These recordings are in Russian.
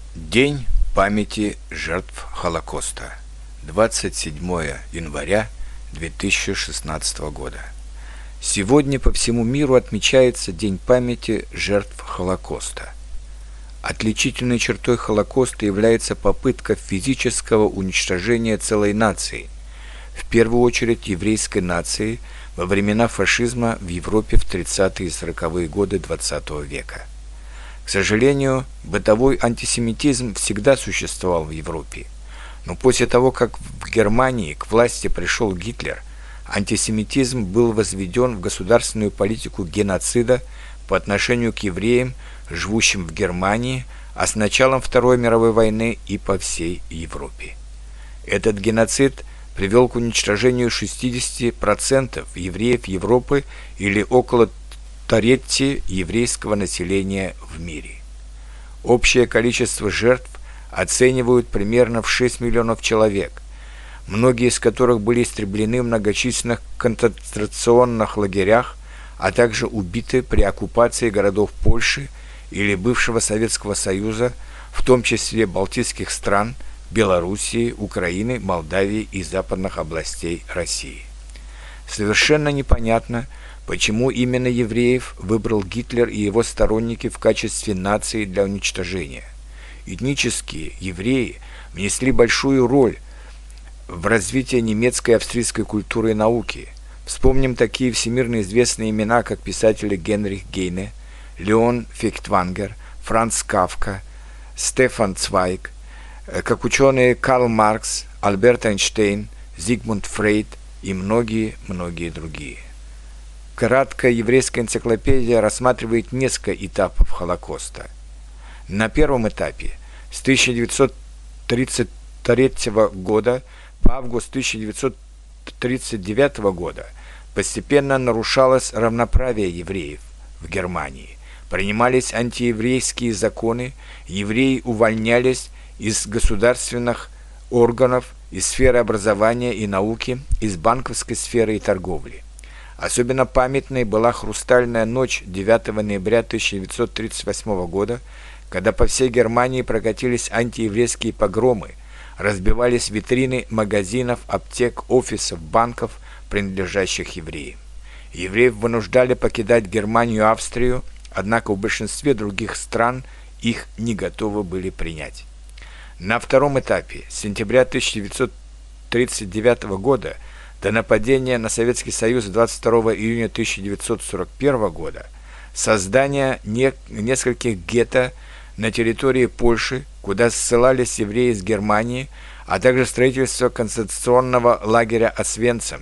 День памяти жертв Холокоста. 27 января 2016 года. Сегодня по всему миру отмечается День памяти жертв Холокоста. Отличительной чертой Холокоста является попытка физического уничтожения целой нации, в первую очередь еврейской нации, во времена фашизма в Европе в 30-е и 40-е годы XX века. К сожалению, бытовой антисемитизм всегда существовал в Европе, но после того, как в Германии к власти пришел Гитлер, антисемитизм был возведен в государственную политику геноцида по отношению к евреям, живущим в Германии, а с началом Второй мировой войны и по всей Европе. Этот геноцид привел к уничтожению 60% евреев Европы или около трети еврейского населения в мире. Общее количество жертв оценивают примерно в 6 миллионов человек, многие из которых были истреблены в многочисленных концентрационных лагерях, а также убиты при оккупации городов Польши или бывшего Советского Союза, в том числе балтийских стран, Белоруссии, Украины, Молдавии и западных областей России. Совершенно непонятно, почему именно евреев выбрал Гитлер и его сторонники в качестве нации для уничтожения. Этнические евреи внесли большую роль в развитии немецкой и австрийской культуры и науки. Вспомним такие всемирно известные имена, как писатели Генрих Гейне, Леон Фейхтвангер, Франц Кафка, Стефан Цвайг, как ученые Карл Маркс, Альберт Эйнштейн, Зигмунд Фрейд и многие другие. Краткая еврейская энциклопедия рассматривает несколько этапов Холокоста. На первом этапе с 1933 года по август 1939 года постепенно нарушалось равноправие евреев в Германии. Принимались антиеврейские законы, евреи увольнялись из государственных органов, из сферы образования и науки, из банковской сферы и торговли. Особенно памятной была «Хрустальная ночь» 9 ноября 1938 года, когда по всей Германии прокатились антиеврейские погромы, разбивались витрины магазинов, аптек, офисов, банков, принадлежащих евреям. Евреев вынуждали покидать Германию и Австрию, однако в большинстве других стран их не готовы были принять. На втором этапе, с сентября 1939 года до нападения на Советский Союз 22 июня 1941 года, создание нескольких гетто на территории Польши, куда ссылались евреи из Германии, а также строительство концентрационного лагеря Освенцим,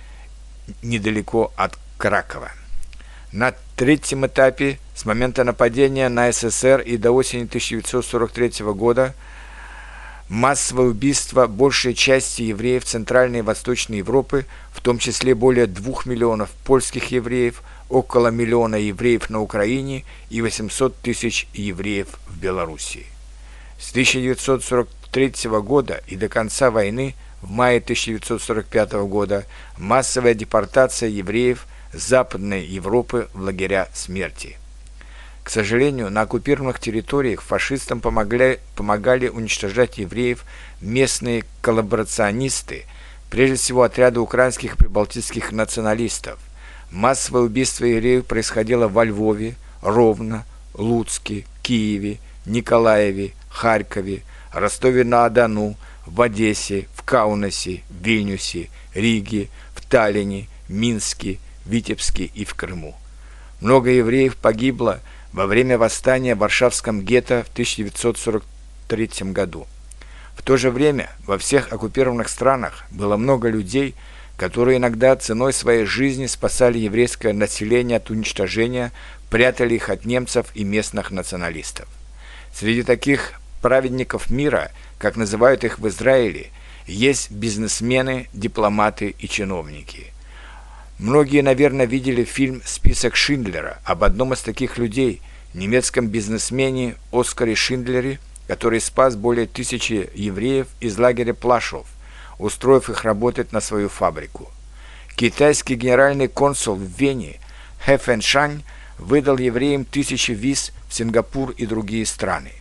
недалеко от Кракова. На третьем этапе, с момента нападения на СССР и до осени 1943 года, массовое убийство большей части евреев Центральной и Восточной Европы, в том числе более 2 миллионов польских евреев, около миллиона евреев на Украине и 800 тысяч евреев в Белоруссии. С 1943 года и до конца войны, в мае 1945 года, массовая депортация евреев Западной Европы в лагеря смерти. К сожалению, на оккупированных территориях фашистам помогали уничтожать евреев местные коллаборационисты, прежде всего отряды украинских и прибалтийских националистов. Массовое убийство евреев происходило во Львове, Ровно, Луцке, Киеве, Николаеве, Харькове, Ростове-на-Дону, в Одессе, в Каунасе, Вильнюсе, Риге, в Таллине, Минске, Витебске и в Крыму. Много евреев погибло во время восстания в Варшавском гетто в 1943 году. В то же время во всех оккупированных странах было много людей, которые иногда ценой своей жизни спасали еврейское население от уничтожения, прятали их от немцев и местных националистов. Среди таких праведников мира, как называют их в Израиле, есть бизнесмены, дипломаты и чиновники. Многие, наверное, видели фильм «Список Шиндлера» об одном из таких людей, немецком бизнесмене Оскаре Шиндлере, который спас более 1000 евреев из лагеря Плашов, устроив их работать на свою фабрику. Китайский генеральный консул в Вене Хэ Фэншань выдал евреям 1000 виз в Сингапур и другие страны.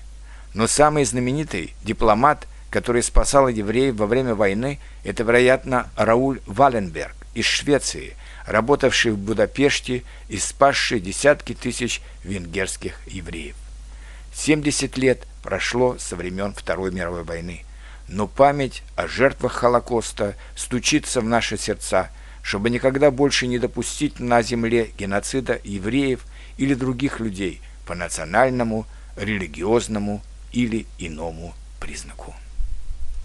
Но самый знаменитый дипломат, который спасал евреев во время войны, это, вероятно, Рауль Валенберг из Швеции, работавший в Будапеште и спасший десятки тысяч венгерских евреев. 70 лет прошло со времен Второй мировой войны, но память о жертвах Холокоста стучится в наши сердца, чтобы никогда больше не допустить на земле геноцида евреев или других людей по национальному, религиозному или иному признаку.